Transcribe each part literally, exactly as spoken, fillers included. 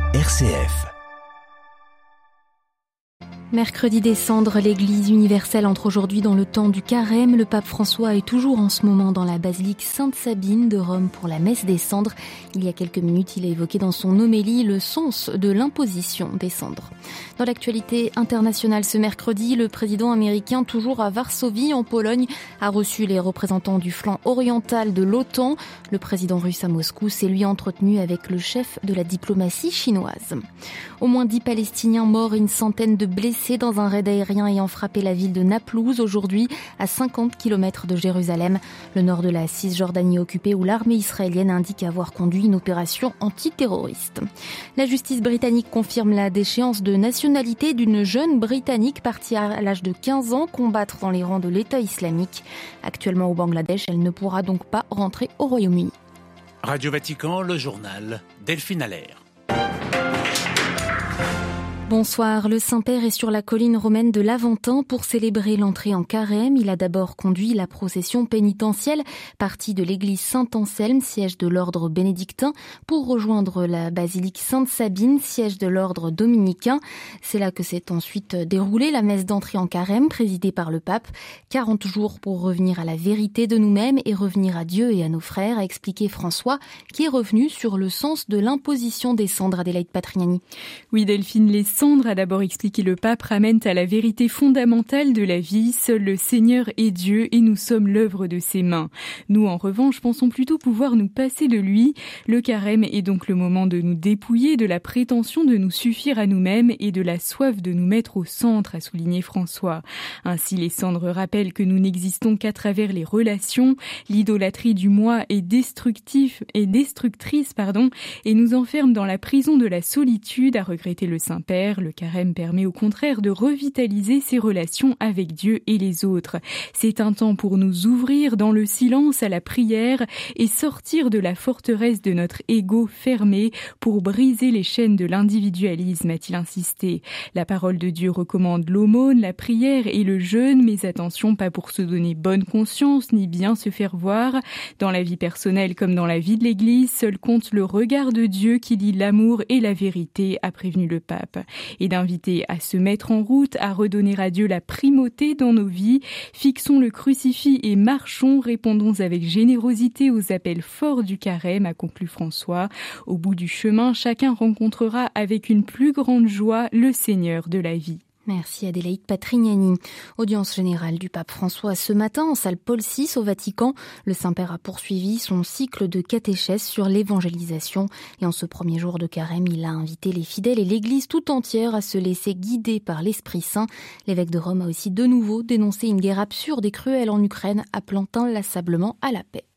R C F. Mercredi des Cendres, l'Église universelle entre aujourd'hui dans le temps du Carême. Le pape François est toujours en ce moment dans la basilique Sainte-Sabine de Rome pour la messe des Cendres. Il y a quelques minutes, il a évoqué dans son homélie le sens de l'imposition des cendres. Dans l'actualité internationale ce mercredi, le président américain, toujours à Varsovie en Pologne, a reçu les représentants du flanc oriental de l'OTAN. Le président russe à Moscou s'est lui entretenu avec le chef de la diplomatie chinoise. Au moins dix Palestiniens morts et une centaine de blessés dans un raid aérien ayant frappé la ville de Naplouse aujourd'hui, à cinquante kilomètres de Jérusalem, le nord de la Cisjordanie occupée où l'armée israélienne indique avoir conduit une opération antiterroriste. La justice britannique confirme la déchéance de nationalité d'une jeune Britannique partie à l'âge de quinze ans combattre dans les rangs de l'État islamique. Actuellement au Bangladesh, elle ne pourra donc pas rentrer au Royaume-Uni. Radio Vatican, le journal, Delphine Allaire. Bonsoir, le Saint-Père est sur la colline romaine de l'Aventin pour célébrer l'entrée en Carême. Il a d'abord conduit la procession pénitentielle, partie de l'église Saint-Anselme, siège de l'ordre bénédictin, pour rejoindre la basilique Sainte-Sabine, siège de l'ordre dominicain. C'est là que s'est ensuite déroulée la messe d'entrée en Carême, présidée par le pape. quarante jours pour revenir à la vérité de nous-mêmes et revenir à Dieu et à nos frères, a expliqué François, qui est revenu sur le sens de l'imposition des cendres. Adélaïde Patrignani. Oui, Delphine, les cendres, a d'abord expliqué le pape, ramènent à la vérité fondamentale de la vie. Seul le Seigneur est Dieu et nous sommes l'œuvre de ses mains. Nous, en revanche, pensons plutôt pouvoir nous passer de lui. Le carême est donc le moment de nous dépouiller de la prétention de nous suffire à nous-mêmes et de la soif de nous mettre au centre, a souligné François. Ainsi, les cendres rappellent que nous n'existons qu'à travers les relations. L'idolâtrie du moi est destructive et destructrice, pardon, et nous enferme dans la prison de la solitude, a regretté le Saint-Père. Le carême permet au contraire de revitaliser ses relations avec Dieu et les autres. C'est un temps pour nous ouvrir dans le silence à la prière et sortir de la forteresse de notre ego fermé pour briser les chaînes de l'individualisme, a-t-il insisté. La parole de Dieu recommande l'aumône, la prière et le jeûne, mais attention, pas pour se donner bonne conscience ni bien se faire voir. Dans la vie personnelle comme dans la vie de l'Église, seul compte le regard de Dieu qui lie l'amour et la vérité, a prévenu le pape. Et d'inviter à se mettre en route, à redonner à Dieu la primauté dans nos vies. Fixons le crucifix et marchons, répondons avec générosité aux appels forts du carême, a conclu François. Au bout du chemin, chacun rencontrera avec une plus grande joie le Seigneur de la vie. Merci Adélaïde Patrignani. Audience générale du pape François ce matin en salle Paul six au Vatican. Le Saint-Père a poursuivi son cycle de catéchèse sur l'évangélisation. Et en ce premier jour de carême, il a invité les fidèles et l'Église tout entière à se laisser guider par l'Esprit Saint. L'évêque de Rome a aussi de nouveau dénoncé une guerre absurde et cruelle en Ukraine, appelant inlassablement à la paix.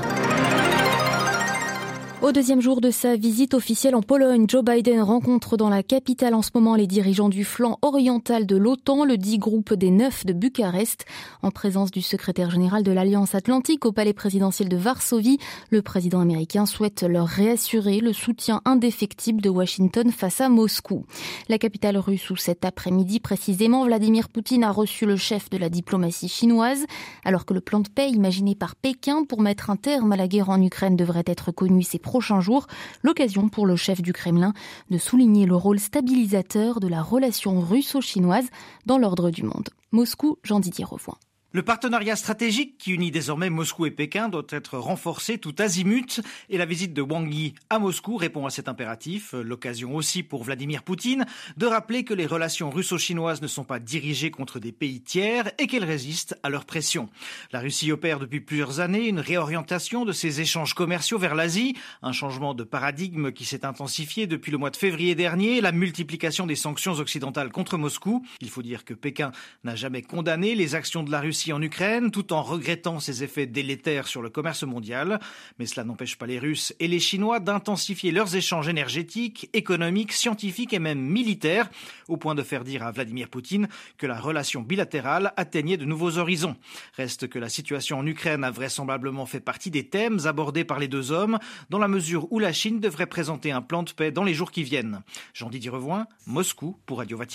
Au deuxième jour de sa visite officielle en Pologne, Joe Biden rencontre dans la capitale en ce moment les dirigeants du flanc oriental de l'OTAN, le dit groupe des neuf de Bucarest. En présence du secrétaire général de l'Alliance Atlantique au palais présidentiel de Varsovie, le président américain souhaite leur réassurer le soutien indéfectible de Washington face à Moscou. La capitale russe où cet après-midi précisément, Vladimir Poutine a reçu le chef de la diplomatie chinoise. Alors que le plan de paix imaginé par Pékin pour mettre un terme à la guerre en Ukraine devrait être connu ces prochains jours, l'occasion pour le chef du Kremlin de souligner le rôle stabilisateur de la relation russo-chinoise dans l'ordre du monde. Moscou, Jean-Didier Revoin. Le partenariat stratégique qui unit désormais Moscou et Pékin doit être renforcé tout azimut et la visite de Wang Yi à Moscou répond à cet impératif. L'occasion aussi pour Vladimir Poutine de rappeler que les relations russo-chinoises ne sont pas dirigées contre des pays tiers et qu'elles résistent à leur pression. La Russie opère depuis plusieurs années une réorientation de ses échanges commerciaux vers l'Asie, un changement de paradigme qui s'est intensifié depuis le mois de février dernier, la multiplication des sanctions occidentales contre Moscou. Il faut dire que Pékin n'a jamais condamné les actions de la Russie en Ukraine, tout en regrettant ses effets délétères sur le commerce mondial. Mais cela n'empêche pas les Russes et les Chinois d'intensifier leurs échanges énergétiques, économiques, scientifiques et même militaires, au point de faire dire à Vladimir Poutine que la relation bilatérale atteignait de nouveaux horizons. Reste que la situation en Ukraine a vraisemblablement fait partie des thèmes abordés par les deux hommes, dans la mesure où la Chine devrait présenter un plan de paix dans les jours qui viennent. Jean-Didier Revoin, Moscou pour Radio Vatican.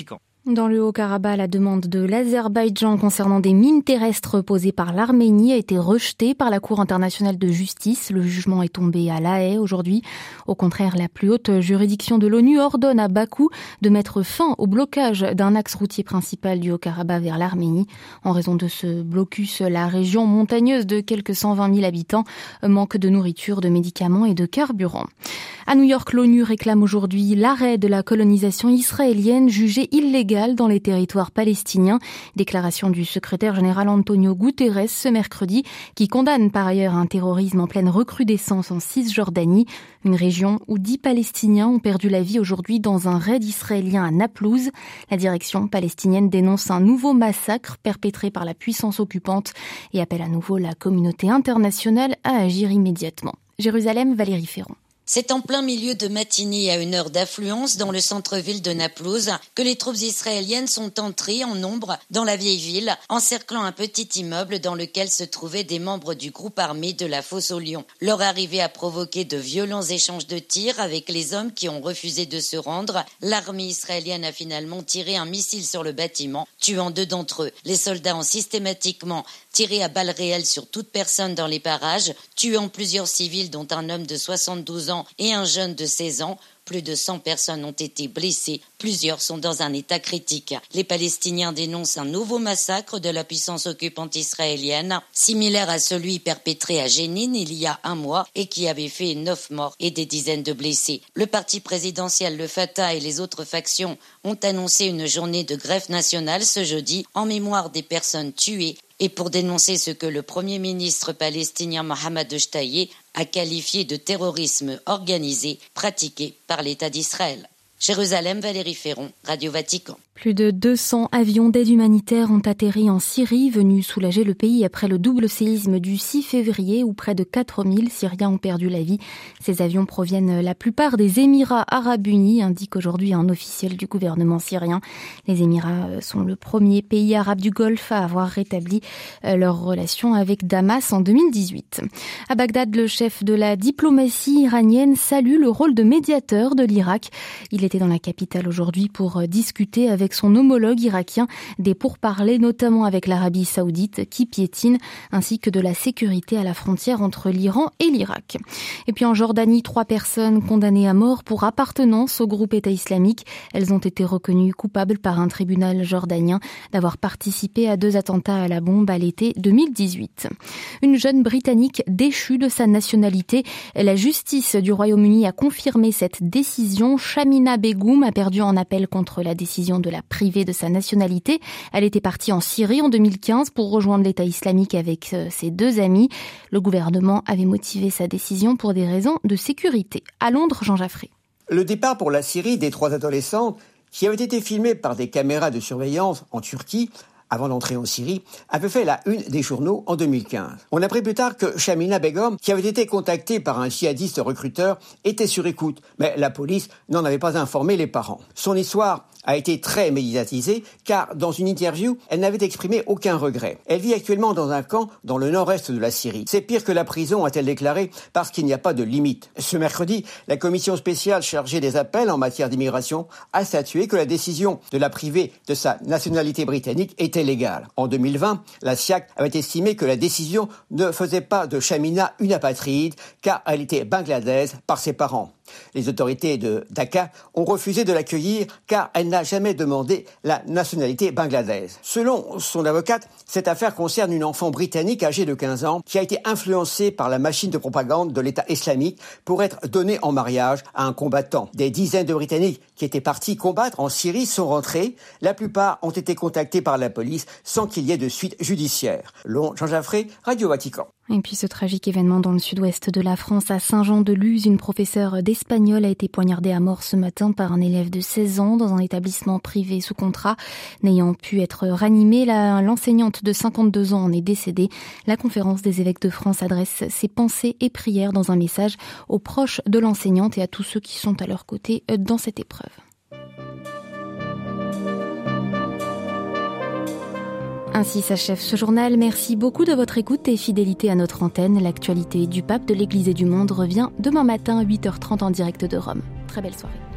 Dans le Haut-Karabakh, la demande de l'Azerbaïdjan concernant des mines terrestres posées par l'Arménie a été rejetée par la Cour internationale de justice. Le jugement est tombé à La Haye aujourd'hui. Au contraire, la plus haute juridiction de l'ONU ordonne à Bakou de mettre fin au blocage d'un axe routier principal du Haut-Karabakh vers l'Arménie. En raison de ce blocus, la région montagneuse de quelques cent vingt mille habitants manque de nourriture, de médicaments et de carburant. À New York, l'ONU réclame aujourd'hui l'arrêt de la colonisation israélienne jugée illégale dans les territoires palestiniens. Déclaration du secrétaire général Antonio Guterres ce mercredi, qui condamne par ailleurs un terrorisme en pleine recrudescence en Cisjordanie, une région où dix Palestiniens ont perdu la vie aujourd'hui dans un raid israélien à Naplouse. La direction palestinienne dénonce un nouveau massacre perpétré par la puissance occupante et appelle à nouveau la communauté internationale à agir immédiatement. Jérusalem, Valérie Ferron. C'est en plein milieu de matinée à une heure d'affluence dans le centre-ville de Naplouse que les troupes israéliennes sont entrées en nombre dans la vieille ville, encerclant un petit immeuble dans lequel se trouvaient des membres du groupe armé de la Fosse aux Lions. Leur arrivée a provoqué de violents échanges de tirs avec les hommes qui ont refusé de se rendre. L'armée israélienne a finalement tiré un missile sur le bâtiment, tuant deux d'entre eux. Les soldats ont systématiquement tiré à balles réelles sur toute personne dans les parages, tuant plusieurs civils dont un homme de soixante-douze ans et un jeune de seize ans. Plus de cent personnes ont été blessées, plusieurs sont dans un état critique. Les Palestiniens dénoncent un nouveau massacre de la puissance occupante israélienne, similaire à celui perpétré à Jénine il y a un mois et qui avait fait neuf morts et des dizaines de blessés. Le parti présidentiel, le Fatah et les autres factions ont annoncé une journée de grève nationale ce jeudi en mémoire des personnes tuées et pour dénoncer ce que le Premier ministre palestinien Mohamed Shtayyeh a qualifié de terrorisme organisé pratiqué par l'État d'Israël. Jérusalem, Valérie Ferron, Radio Vatican. Plus de deux cents avions d'aide humanitaire ont atterri en Syrie, venus soulager le pays après le double séisme du six février où près de quatre mille Syriens ont perdu la vie. Ces avions proviennent la plupart des Émirats arabes unis, indique aujourd'hui un officiel du gouvernement syrien. Les Émirats sont le premier pays arabe du Golfe à avoir rétabli leurs relations avec Damas en deux mille dix-huit. À Bagdad, le chef de la diplomatie iranienne salue le rôle de médiateur de l'Irak. Il était dans la capitale aujourd'hui pour discuter avec son homologue irakien des pourparlers, notamment avec l'Arabie saoudite qui piétine, ainsi que de la sécurité à la frontière entre l'Iran et l'Irak. Et puis en Jordanie, trois personnes condamnées à mort pour appartenance au groupe État islamique. Elles ont été reconnues coupables par un tribunal jordanien d'avoir participé à deux attentats à la bombe à l'été deux mille dix-huit. Une jeune Britannique déchue de sa nationalité. La justice du Royaume-Uni a confirmé cette décision. Shamina Begum a perdu en appel contre la décision de la priver de sa nationalité. Elle était partie en Syrie en deux mille quinze pour rejoindre l'État islamique avec ses deux amis. Le gouvernement avait motivé sa décision pour des raisons de sécurité. À Londres, Jean Jaffré. Le départ pour la Syrie des trois adolescentes qui avaient été filmées par des caméras de surveillance en Turquie avant d'entrer en Syrie, avait fait la une des journaux en deux mille quinze. On apprit plus tard que Shamina Begum, qui avait été contactée par un djihadiste recruteur, était sur écoute, mais la police n'en avait pas informé les parents. Son histoire a été très médiatisée, car dans une interview, elle n'avait exprimé aucun regret. Elle vit actuellement dans un camp dans le nord-est de la Syrie. C'est pire que la prison, a-t-elle déclaré, parce qu'il n'y a pas de limite. Ce mercredi, la commission spéciale chargée des appels en matière d'immigration a statué que la décision de la priver de sa nationalité britannique était légale. En deux mille vingt, la S I A C avait estimé que la décision ne faisait pas de Shamina une apatride, car elle était bangladaise par ses parents. Les autorités de Dhaka ont refusé de l'accueillir car elle n'a jamais demandé la nationalité bangladaise. Selon son avocate, cette affaire concerne une enfant britannique âgée de quinze ans qui a été influencée par la machine de propagande de l'État islamique pour être donnée en mariage à un combattant. Des dizaines de Britanniques qui étaient partis combattre en Syrie sont rentrés. La plupart ont été contactés par la police sans qu'il y ait de suite judiciaire. Long, Jean Jaffré, Radio Vatican. Et puis ce tragique événement dans le sud-ouest de la France, à Saint-Jean-de-Luz, une professeure d'espagnol a été poignardée à mort ce matin par un élève de seize ans dans un établissement privé sous contrat. N'ayant pu être ranimée, la, l'enseignante de cinquante-deux ans en est décédée. La conférence des évêques de France adresse ses pensées et prières dans un message aux proches de l'enseignante et à tous ceux qui sont à leur côté dans cette épreuve. Ainsi s'achève ce journal. Merci beaucoup de votre écoute et fidélité à notre antenne. L'actualité du pape, de l'Église et du monde revient demain matin à huit heures trente en direct de Rome. Très belle soirée.